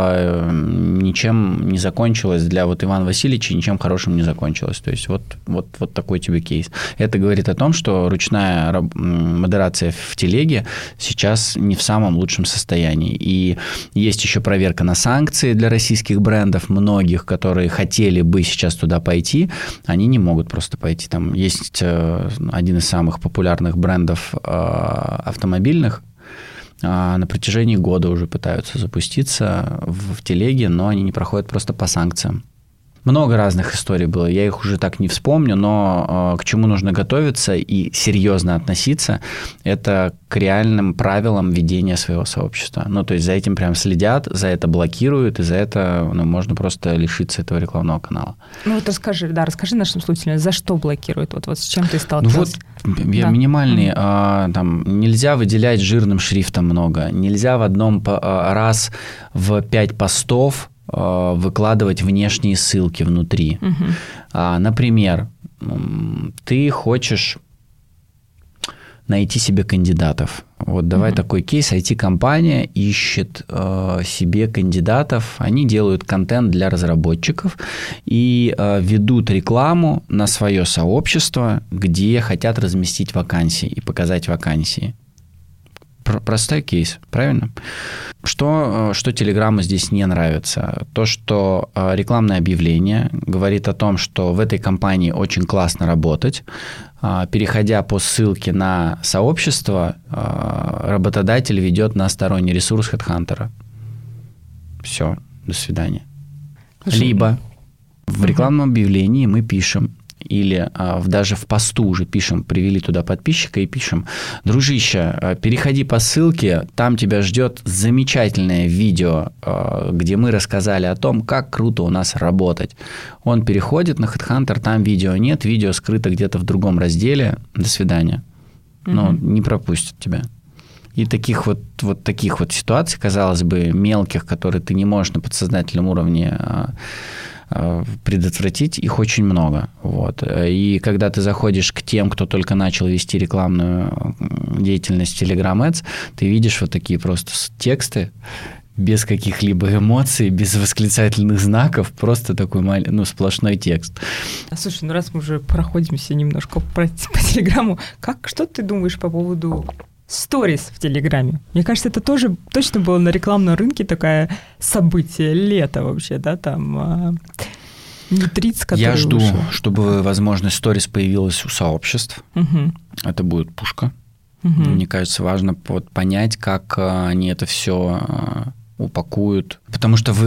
ничем не закончилось для вот Ивана Васильевича, ничем хорошим не закончилось. То есть вот такой тебе кейс. Это говорит о том, что ручная модерация в телеге сейчас не в самом лучшем состоянии. И есть еще проверка на санкции для российских брендов, многих, которые хотели бы сейчас туда пойти, они не могут просто пойти. Там есть один из самых популярных брендов автомобильных, на протяжении года уже пытаются запуститься в телеге, но они не проходят просто по санкциям. Много разных историй было, я их уже так не вспомню, но к чему нужно готовиться и серьезно относиться, это к реальным правилам ведения своего сообщества. Ну, то есть за этим прям следят, за это блокируют, и за это можно просто лишиться этого рекламного канала. Ну вот расскажи нашим слушателям, за что блокируют? Вот с чем ты сталкивался? Минимальный, там, нельзя выделять жирным шрифтом много, нельзя в одном раз в 5 постов выкладывать внешние ссылки внутри. Например, ты хочешь найти себе кандидатов. Вот давай такой кейс. IT-компания ищет себе кандидатов. Они делают контент для разработчиков и ведут рекламу на свое сообщество, где хотят разместить вакансии и показать вакансии. Простой кейс, правильно? Что Телеграму здесь не нравится? То, что рекламное объявление говорит о том, что в этой компании очень классно работать. Переходя по ссылке на сообщество, работодатель ведет на сторонний ресурс HeadHunter. Все, до свидания. Либо в рекламном объявлении мы пишем, или даже в посту уже пишем, привели туда подписчика и пишем: дружище, переходи по ссылке, там тебя ждет замечательное видео, где мы рассказали о том, как круто у нас работать. Он переходит на HeadHunter, там видео нет, видео скрыто где-то в другом разделе, до свидания. Но не пропустят тебя. И таких вот ситуаций, казалось бы, мелких, которые ты не можешь на подсознательном уровне предотвратить, их очень много. Вот. И когда ты заходишь к тем, кто только начал вести рекламную деятельность в Telegram Ads, ты видишь вот такие просто тексты без каких-либо эмоций, без восклицательных знаков, просто такой сплошной текст. Слушай, раз мы уже проходимся немножко по Телеграму, что ты думаешь по поводу сторис в Телеграме? Мне кажется, это тоже точно было на рекламном рынке такое событие лета вообще, да, там нутриц, который Я жду, вышел. чтобы возможность сторис появилась у сообществ. Это будет пушка. Мне кажется, важно понять, как они это все упакуют. Потому что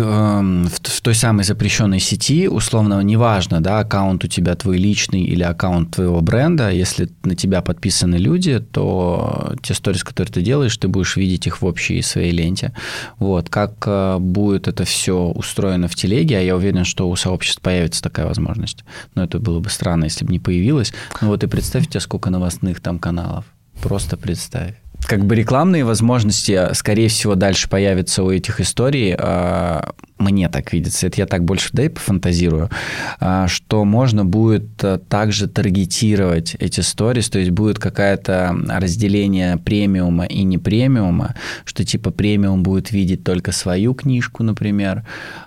в той самой запрещенной сети, условно, неважно, да, аккаунт у тебя твой личный или аккаунт твоего бренда, если на тебя подписаны люди, то те сторис, которые ты делаешь, ты будешь видеть их в общей своей ленте. Вот. Как будет это все устроено в телеге, а я уверен, что у сообществ появится такая возможность. Но это было бы странно, если бы не появилось. Ну вот и представьте, сколько новостных там каналов. Просто представь. Как бы рекламные возможности, скорее всего, дальше появятся у этих историй. Мне так видится, это я так больше пофантазирую, что можно будет также таргетировать эти сторис, то есть будет какое-то разделение премиума и не премиума, что типа премиум будет видеть только свою книжку, например,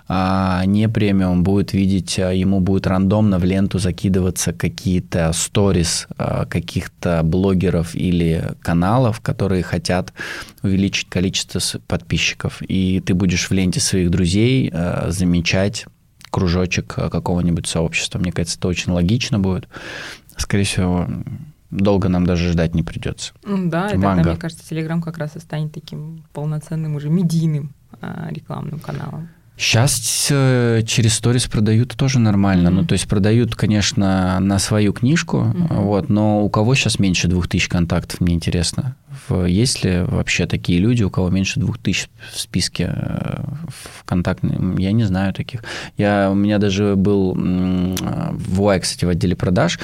а не премиум будет видеть, ему будет рандомно в ленту закидываться какие-то сторис каких-то блогеров или каналов, которые хотят увеличить количество подписчиков, и ты будешь в ленте своих друзей замечать кружочек какого-нибудь сообщества. Мне кажется, это очень логично будет. Скорее всего, долго нам даже ждать не придется. Да, и тогда, мне кажется, Telegram как раз и станет таким полноценным уже медийным рекламным каналом. Сейчас через сторис продают тоже нормально. Ну, то есть продают, конечно, на свою книжку, вот, но у кого сейчас меньше 2000 контактов, мне интересно. Есть ли вообще такие люди, у кого меньше 2000 в списке ВКонтактном? Я не знаю таких. У меня даже был в УАЙ, кстати, в отделе продаж,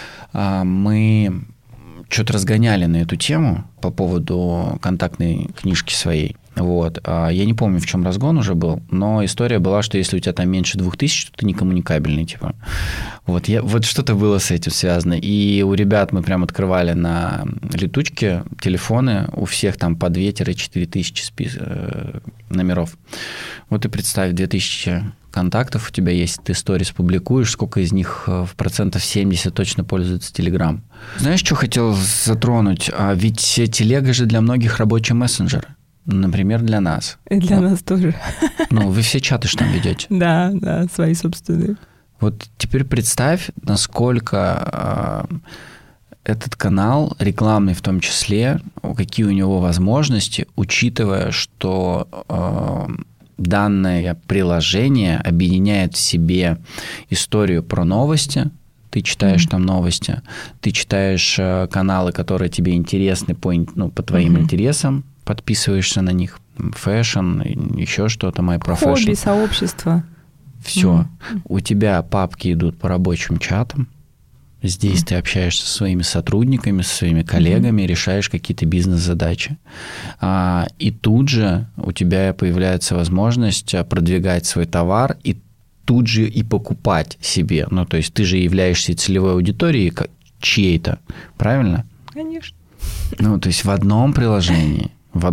мы что-то разгоняли на эту тему по поводу контактной книжки своей. Вот. Я не помню, в чем разгон уже был, но история была, что если у тебя там меньше 2000, то ты некоммуникабельный, типа. Вот что-то было с этим связано. И у ребят мы прям открывали на летучке телефоны, у всех там по 2-4 тысячи номеров. Вот и представь, 2000 контактов у тебя есть, ты сторис публикуешь, сколько из них в процентов 70 точно пользуются Telegram. Знаешь, что хотел затронуть? Ведь телега же для многих рабочий мессенджер. Например, для нас. И для нас тоже. Ну, вы все чаты же там ведете. Да, свои собственные. Вот теперь представь, насколько этот канал, рекламный в том числе, какие у него возможности, учитывая, что данное приложение объединяет в себе историю про новости. Ты читаешь там новости, ты читаешь каналы, которые тебе интересны по твоим интересам, подписываешься на них, фэшн, еще что-то, MyProfessional. Хобби, сообщество. Все. У тебя папки идут по рабочим чатам. Здесь ты общаешься со своими сотрудниками, со своими коллегами, решаешь какие-то бизнес-задачи. И тут же у тебя появляется возможность продвигать свой товар и тут же и покупать себе. Ну, то есть ты же являешься целевой аудиторией чьей-то, правильно? Конечно. Ну, то есть в одном приложении.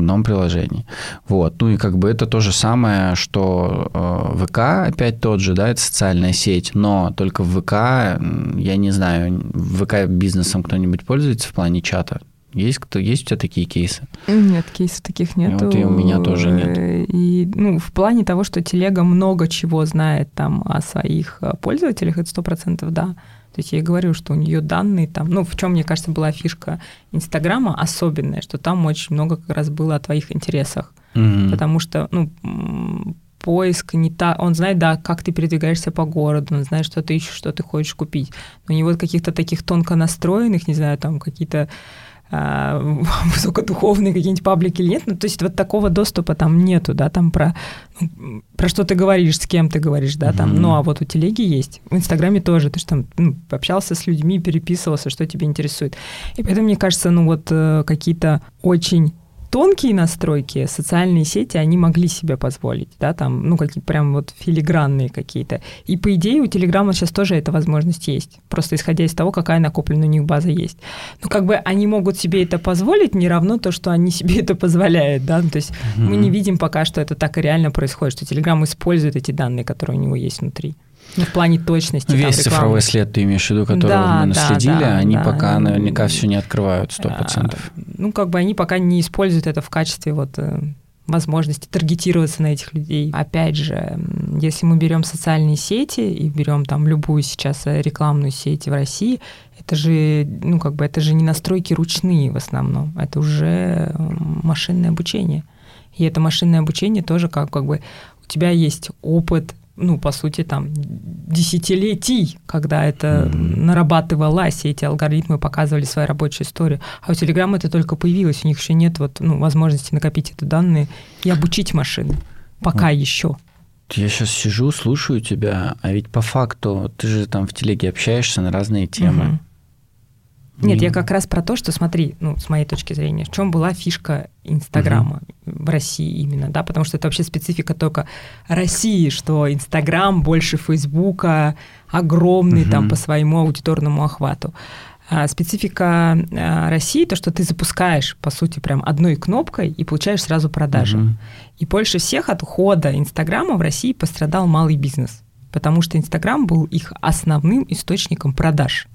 Вот. Ну и как бы это то же самое, что ВК, опять тот же, да, это социальная сеть, но только в ВК, я не знаю, ВК бизнесом кто-нибудь пользуется в плане чата? Есть у тебя такие кейсы? Нет, кейсов таких нет. Вот и у меня тоже нет. И, в плане того, что телега много чего знает там о своих пользователях, это 100% да. То есть я и говорю, что у нее данные там, в чем, мне кажется, была фишка Инстаграма особенная, что там очень много как раз было о твоих интересах. Потому что, поиск не так, он знает, да, как ты передвигаешься по городу, он знает, что ты ищешь, что ты хочешь купить. Но у него каких-то таких тонко настроенных, не знаю, там какие-то высокодуховные какие-нибудь паблики или нет, то есть вот такого доступа там нету, да, там про что ты говоришь, с кем ты говоришь, да, там, а вот у телеги есть, в Инстаграме тоже, ты же там общался с людьми, переписывался, что тебя интересует, и поэтому, мне кажется, какие-то очень тонкие настройки, социальные сети, они могли себе позволить, да, там, какие прям вот филигранные какие-то. И, по идее, у Телеграма сейчас тоже эта возможность есть, просто исходя из того, какая накопленная у них база есть. Они могут себе это позволить, не равно то, что они себе это позволяют, да, то есть мы не видим пока, что это так и реально происходит, что Телеграм использует эти данные, которые у него есть внутри. В плане точности. Весь цифровой след, ты имеешь в виду, которого мы наследили, они пока наверняка все не открывают 100%. Они пока не используют это в качестве возможности таргетироваться на этих людей. Опять же, если мы берем социальные сети и берем там любую сейчас рекламную сеть в России, это же, это же не настройки ручные в основном, это уже машинное обучение. И это машинное обучение тоже как бы у тебя есть опыт, по сути, там, десятилетий, когда это нарабатывалось, и эти алгоритмы показывали свою рабочую историю. А у Телеграма это только появилось, у них еще нет возможности накопить эти данные и обучить машины. Пока еще. Я сейчас сижу, слушаю тебя, а ведь по факту ты же там в телеге общаешься на разные темы. Нет, я как раз про то, что, смотри, с моей точки зрения, в чем была фишка Инстаграма в России именно, да, потому что это вообще специфика только России, что Инстаграм больше Фейсбука, огромный там по своему аудиторному охвату. А специфика России то, что ты запускаешь, по сути, прям одной кнопкой и получаешь сразу продажи. И больше всех от ухода Инстаграма в России пострадал малый бизнес, потому что Инстаграм был их основным источником продаж.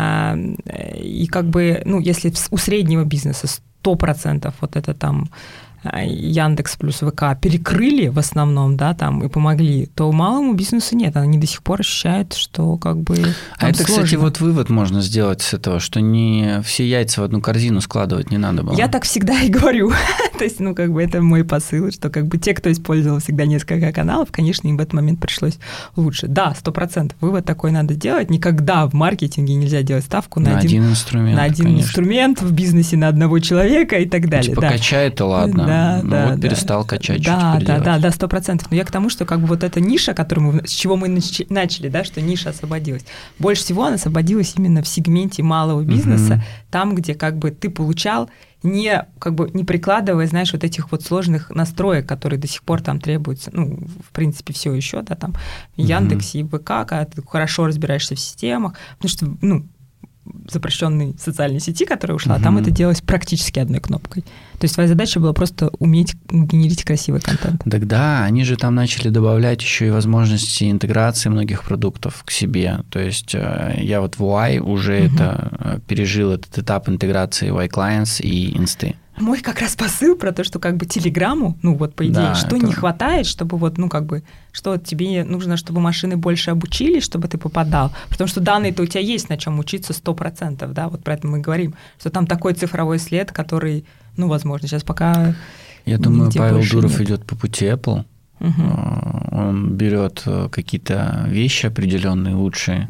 И как бы, если у среднего бизнеса 100% вот это там Яндекс плюс ВК перекрыли в основном, да, там, и помогли, то малому бизнесу нет. Они до сих пор ощущают, что как бы А это, сложно. кстати, вот вывод можно сделать с этого, что не все яйца в одну корзину складывать не надо было. Я так всегда и говорю. То есть, ну, как бы это мой посыл, что как бы те, кто использовал всегда несколько каналов, конечно, им в этот момент пришлось лучше. Да, 100%. Вывод такой надо делать. Никогда в маркетинге нельзя делать ставку на один инструмент. На один инструмент, в бизнесе на одного человека и так далее. Типа качай, то ладно. Да, ну, да, вот перестал качать, что да, теперь делать? Да, 100%. Но я к тому, что как бы вот эта ниша, с чего мы начали, да, что ниша освободилась. Больше всего она освободилась именно в сегменте малого бизнеса, там, где как бы ты получал не прикладывая, знаешь, вот этих вот сложных настроек, которые до сих пор там требуются, ну, в принципе, все еще, да, там, в Яндексе и ВК, когда ты хорошо разбираешься в системах, потому что, ну, запрещенной социальной сети, которая ушла, там это делалось практически одной кнопкой. То есть твоя задача была просто уметь генерить красивый контент. Так да, они же там начали добавлять еще и возможности интеграции многих продуктов к себе. То есть я вот в Y уже это пережил этот этап интеграции Y Clients и Инсты. Мой как раз посыл про то, что как бы Телеграму, ну вот по идее, Да, что не хватает, чтобы вот, ну как бы, что тебе нужно, чтобы машины больше обучились, чтобы ты попадал, потому что данные-то у тебя есть, на чем учиться 100%, да, вот про это мы говорим, что там такой цифровой след, который, ну, возможно, сейчас пока... Я думаю, Павел Дуров идет по пути Apple. Он берет какие-то вещи определенные, лучшие,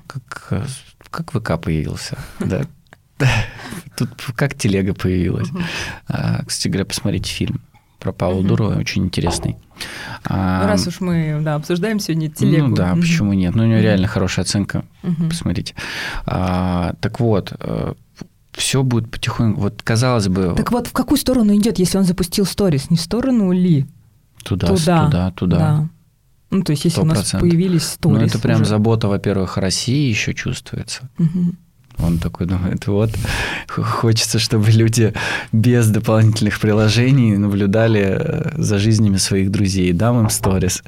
как ВК появился, да. Тут как телега появилась. Кстати говоря, посмотрите фильм про Павла Дурова, очень интересный. Раз уж мы обсуждаем сегодня телегу. Ну да, почему нет? Ну, у него реально хорошая оценка, посмотрите. Так вот, все будет потихоньку, вот казалось бы... Так вот, в какую сторону идет, если он запустил сторис? Не в сторону ли? Туда. Да. Ну, то есть, если 100%. У нас появились сторис. Ну, это прям забота, во-первых, о России еще чувствуется. Он такой думает, вот, хочется, чтобы люди без дополнительных приложений наблюдали за жизнями своих друзей. Дам им сторис.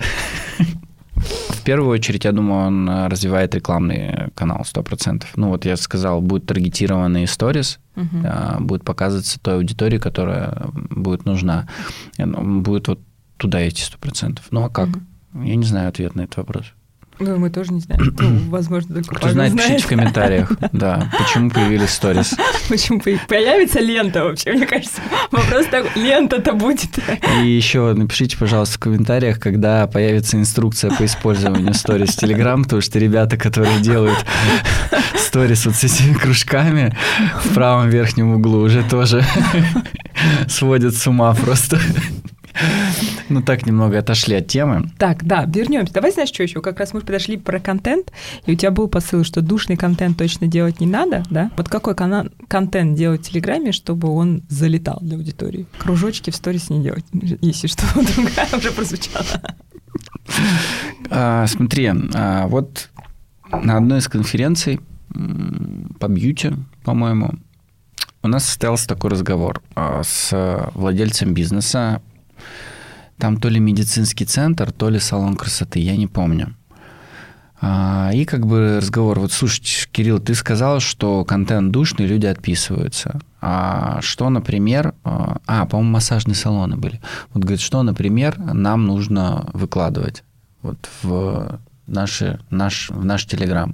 В первую очередь, я думаю, он развивает рекламный канал 100%. Ну, вот я сказал, будут таргетированные сторис, будет показываться той аудитории, которая будет нужна. Будет вот туда идти 100%. Ну, а как? Я не знаю ответ на этот вопрос. Ну, мы тоже не знаем. Ну, возможно, только Кто знает, пишите в комментариях. Да, почему появились сторис. Почему появится лента вообще? Мне кажется, вопрос такой, лента-то будет. И еще напишите, пожалуйста, в комментариях, когда появится инструкция по использованию сторис в Telegram, потому что ребята, которые делают сторис вот с этими кружками в правом верхнем углу, уже тоже сводят с ума просто. Ну, так немного отошли от темы. Так, да, вернемся. Давай, знаешь, что еще? Как раз мы подошли про контент, и у тебя был посыл, что душный контент точно делать не надо, да? Вот какой контент делать в Телеграме, чтобы он залетал для аудитории? Кружочки в сторис не делать, если что-то другое уже прозвучало. Смотри, вот на одной из конференций по бьюти, по-моему, у нас состоялся такой разговор с владельцем бизнеса. Там то ли медицинский центр, то ли салон красоты, я не помню. И как бы разговор, вот слушайте, Кирилл, ты сказал, что контент душный, люди отписываются. А что, например, по-моему, массажные салоны были. Вот говорит, что, например, нам нужно выкладывать вот в наш Телеграм.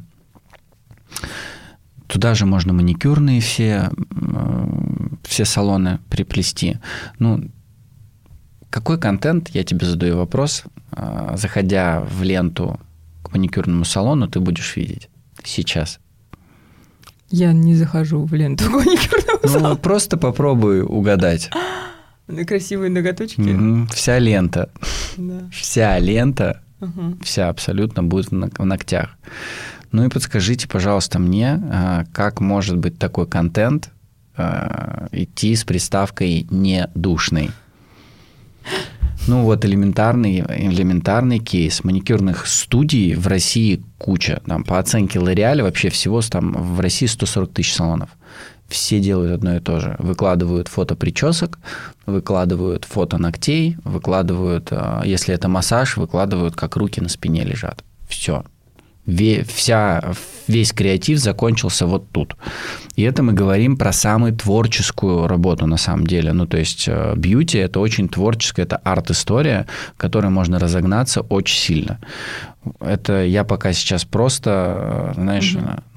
Туда же можно маникюрные все салоны приплести. Ну, какой контент, я тебе задаю вопрос, заходя в ленту к маникюрному салону, ты будешь видеть сейчас? Я не захожу в ленту к маникюрному салону. Ну, просто попробуй угадать. Красивые ноготочки? Вся лента. Да. Вся лента, вся абсолютно будет в ногтях. Ну и подскажите, пожалуйста, мне, как может быть такой контент идти с приставкой «не душный». Ну вот элементарный кейс. Маникюрных студий в России куча. Там, по оценке L'Oréal вообще всего там в России 140 тысяч салонов. Все делают одно и то же. Выкладывают фото причесок, выкладывают фото ногтей, выкладывают, если это массаж, выкладывают, как руки на спине лежат. Все. Весь креатив закончился вот тут. И это мы говорим про самую творческую работу на самом деле. Ну, то есть бьюти – это очень творческая, это арт-история, в которой можно разогнаться очень сильно. Это я пока сейчас просто, знаешь,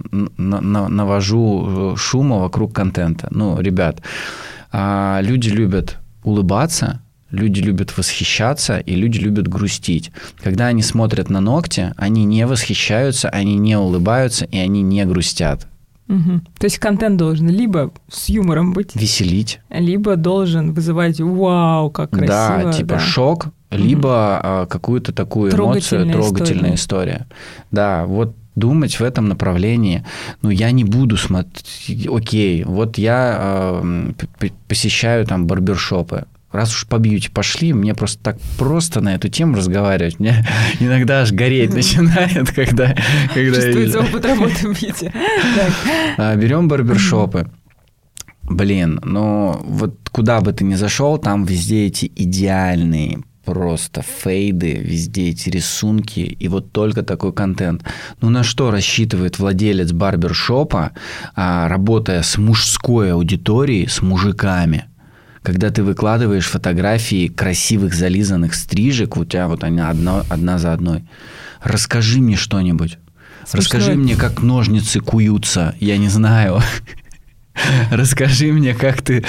навожу шума вокруг контента. Ну, ребят, люди любят улыбаться, люди любят восхищаться, и люди любят грустить. Когда они смотрят на ногти, они не восхищаются, они не улыбаются, и они не грустят. Угу. То есть контент должен либо с юмором быть, веселить, либо должен вызывать «Вау, как красиво». Да, типа шок, либо какую-то такую эмоцию, трогательная история. Да, вот думать в этом направлении. Ну, я не буду смотреть... Окей, вот я посещаю там барбершопы. Раз уж по бьюти пошли, мне просто так просто на эту тему разговаривать. Мне иногда аж гореть начинает, когда... Чувствуется опыт работы в бьюти. Берем барбершопы. Блин, ну вот куда бы ты ни зашел, там везде эти идеальные просто фейды, везде эти рисунки, и вот только такой контент. Ну на что рассчитывает владелец барбершопа, работая с мужской аудиторией, с мужиками? Когда ты выкладываешь фотографии красивых зализанных стрижек, у тебя вот они одна за одной. Расскажи мне что-нибудь. Расскажи мне, как ножницы куются, я не знаю. Расскажи мне, как ты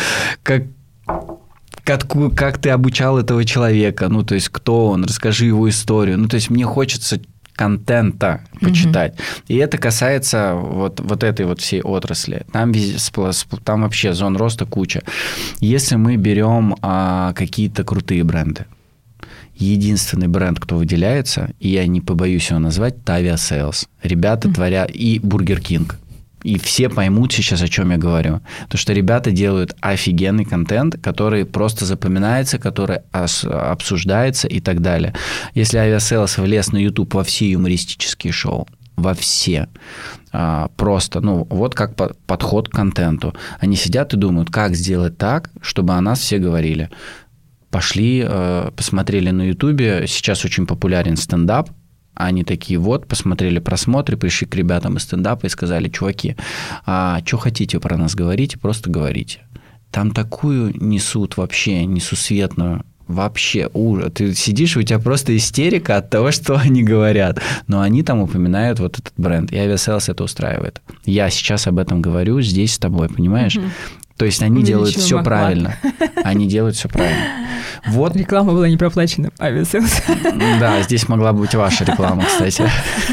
обучал этого человека, ну, то есть, кто он, расскажи его историю. Ну, то есть, мне хочется контента почитать. И это касается вот этой вот всей отрасли. Там вообще зон роста куча. Если мы берем какие-то крутые бренды, единственный бренд, кто выделяется, и я не побоюсь его назвать, Tavia Sales. Ребята творят, и Burger King. И все поймут сейчас, о чем я говорю. Потому что ребята делают офигенный контент, который просто запоминается, который обсуждается и так далее. Если Aviasales влез на YouTube во все юмористические шоу, во все, просто, ну, вот как подход к контенту. Они сидят и думают, как сделать так, чтобы о нас все говорили. Пошли, посмотрели на YouTube, сейчас очень популярен стендап. Они такие, вот, посмотрели просмотры, пришли к ребятам из стендапа и сказали, чуваки, что хотите про нас говорите, просто говорите. Там такую несут вообще, несусветную, вообще ужас. Ты сидишь, у тебя просто истерика от того, что они говорят. Но они там упоминают вот этот бренд. И Aviasales это устраивает. Я сейчас об этом говорю здесь с тобой, понимаешь? То есть они делают все правильно. Они делают все правильно. Вот. Реклама была не проплачена, Aviasales. Да, здесь могла быть ваша реклама, кстати.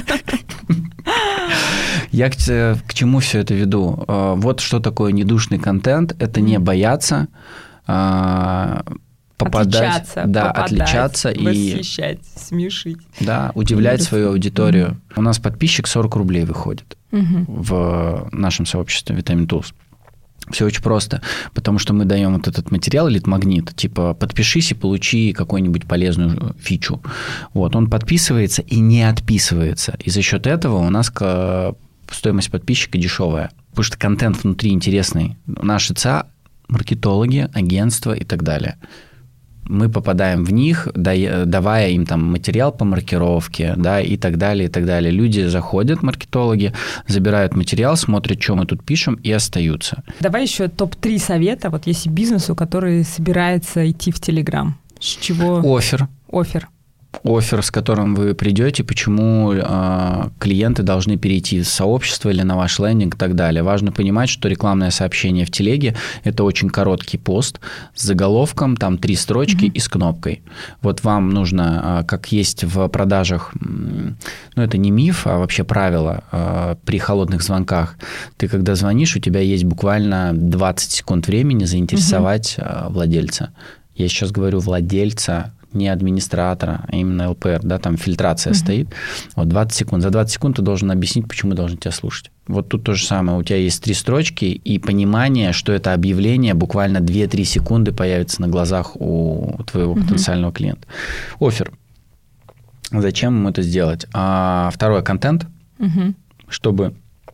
Я к чему все это веду? Вот что такое недушный контент. Это не бояться попадать, отличаться восхищать, смешить. Да, удивлять свою аудиторию. У нас подписчик 40 рублей выходит в нашем сообществе Vitamin Tools. Все очень просто, потому что мы даем вот этот материал, лид-магнит, типа подпишись и получи какую-нибудь полезную фичу. Вот, он подписывается и не отписывается. И за счет этого у нас стоимость подписчика дешевая, потому что контент внутри интересный. Наши ЦА – маркетологи, агентства и так далее. Мы попадаем в них, давая им там материал по маркировке, да, и так далее, и так далее. Люди заходят, маркетологи, забирают материал, смотрят, что мы тут пишем, и остаются. Давай еще топ-3 совета, вот если бизнесу, который собирается идти в Телеграм. С чего? Оффер, с которым вы придете, почему клиенты должны перейти в сообщество или на ваш лендинг и так далее. Важно понимать, что рекламное сообщение в телеге – это очень короткий пост с заголовком, там 3 строчки и с кнопкой. Вот вам нужно, как есть в продажах, ну это не миф, а вообще правило, при холодных звонках. Ты когда звонишь, у тебя есть буквально 20 секунд времени заинтересовать владельца. Я сейчас говорю владельца, не администратора, а именно ЛПР, да, там фильтрация стоит. Вот 20 секунд. За 20 секунд ты должен объяснить, почему должен тебя слушать. Вот тут то же самое. У тебя есть 3 строчки и понимание, что это объявление буквально 2-3 секунды появится на глазах у твоего потенциального клиента. Оффер. Зачем ему это сделать? Второе, контент, чтобы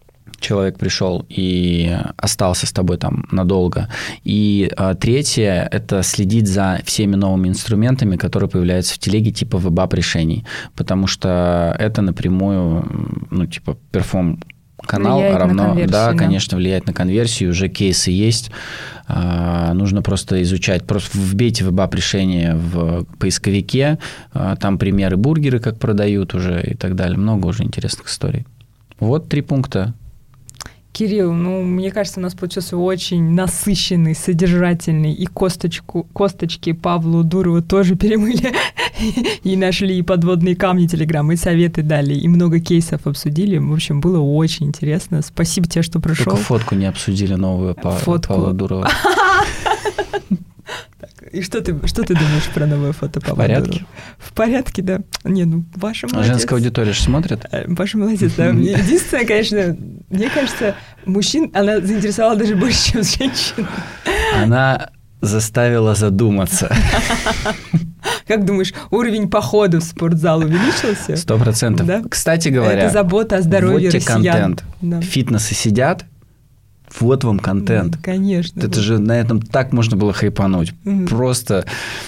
человек пришел и остался с тобой там надолго. И третье – это следить за всеми новыми инструментами, которые появляются в телеге, типа веб-ап-решений. Потому что это напрямую, перформ-канал равно, конечно, влияет на конверсию. Уже кейсы есть. Нужно просто изучать. Просто вбейте веб-ап-решение в поисковике. Там примеры бургеры, как продают уже и так далее. Много уже интересных историй. Вот 3 пункта. Кирилл, мне кажется, у нас получился очень насыщенный, содержательный, и косточки Павлу Дурову тоже перемыли, и нашли и подводные камни Телеграма, и советы дали, и много кейсов обсудили. В общем, было очень интересно. Спасибо тебе, что пришел. Только фотку не обсудили новую Павла Дурова. И что ты думаешь про новое фото Павла Дурова? В порядке? В порядке, да. Ваша молодец. Женская аудитория же смотрит. Ваша молодец, да. Единственное, конечно, мне кажется, мужчин она заинтересовала даже больше, чем женщин. Она заставила задуматься. Как думаешь, уровень похода в спортзал увеличился? 100%. Да? Кстати говоря, это забота о здоровье россиян. Контент. Да. Фитнесы сидят. Вот вам контент. Конечно. Это же на этом так можно было хайпануть. Просто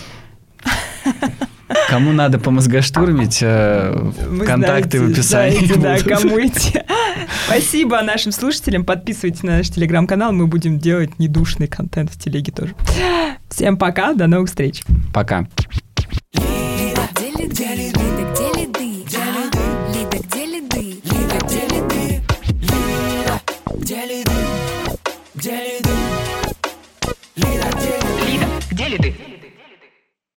кому надо помозгоштурмить, контакты в описании. Да, кому идти. Спасибо нашим слушателям. Подписывайтесь на наш телеграм-канал. Мы будем делать недушный контент в телеге тоже. Всем пока, до новых встреч. Пока.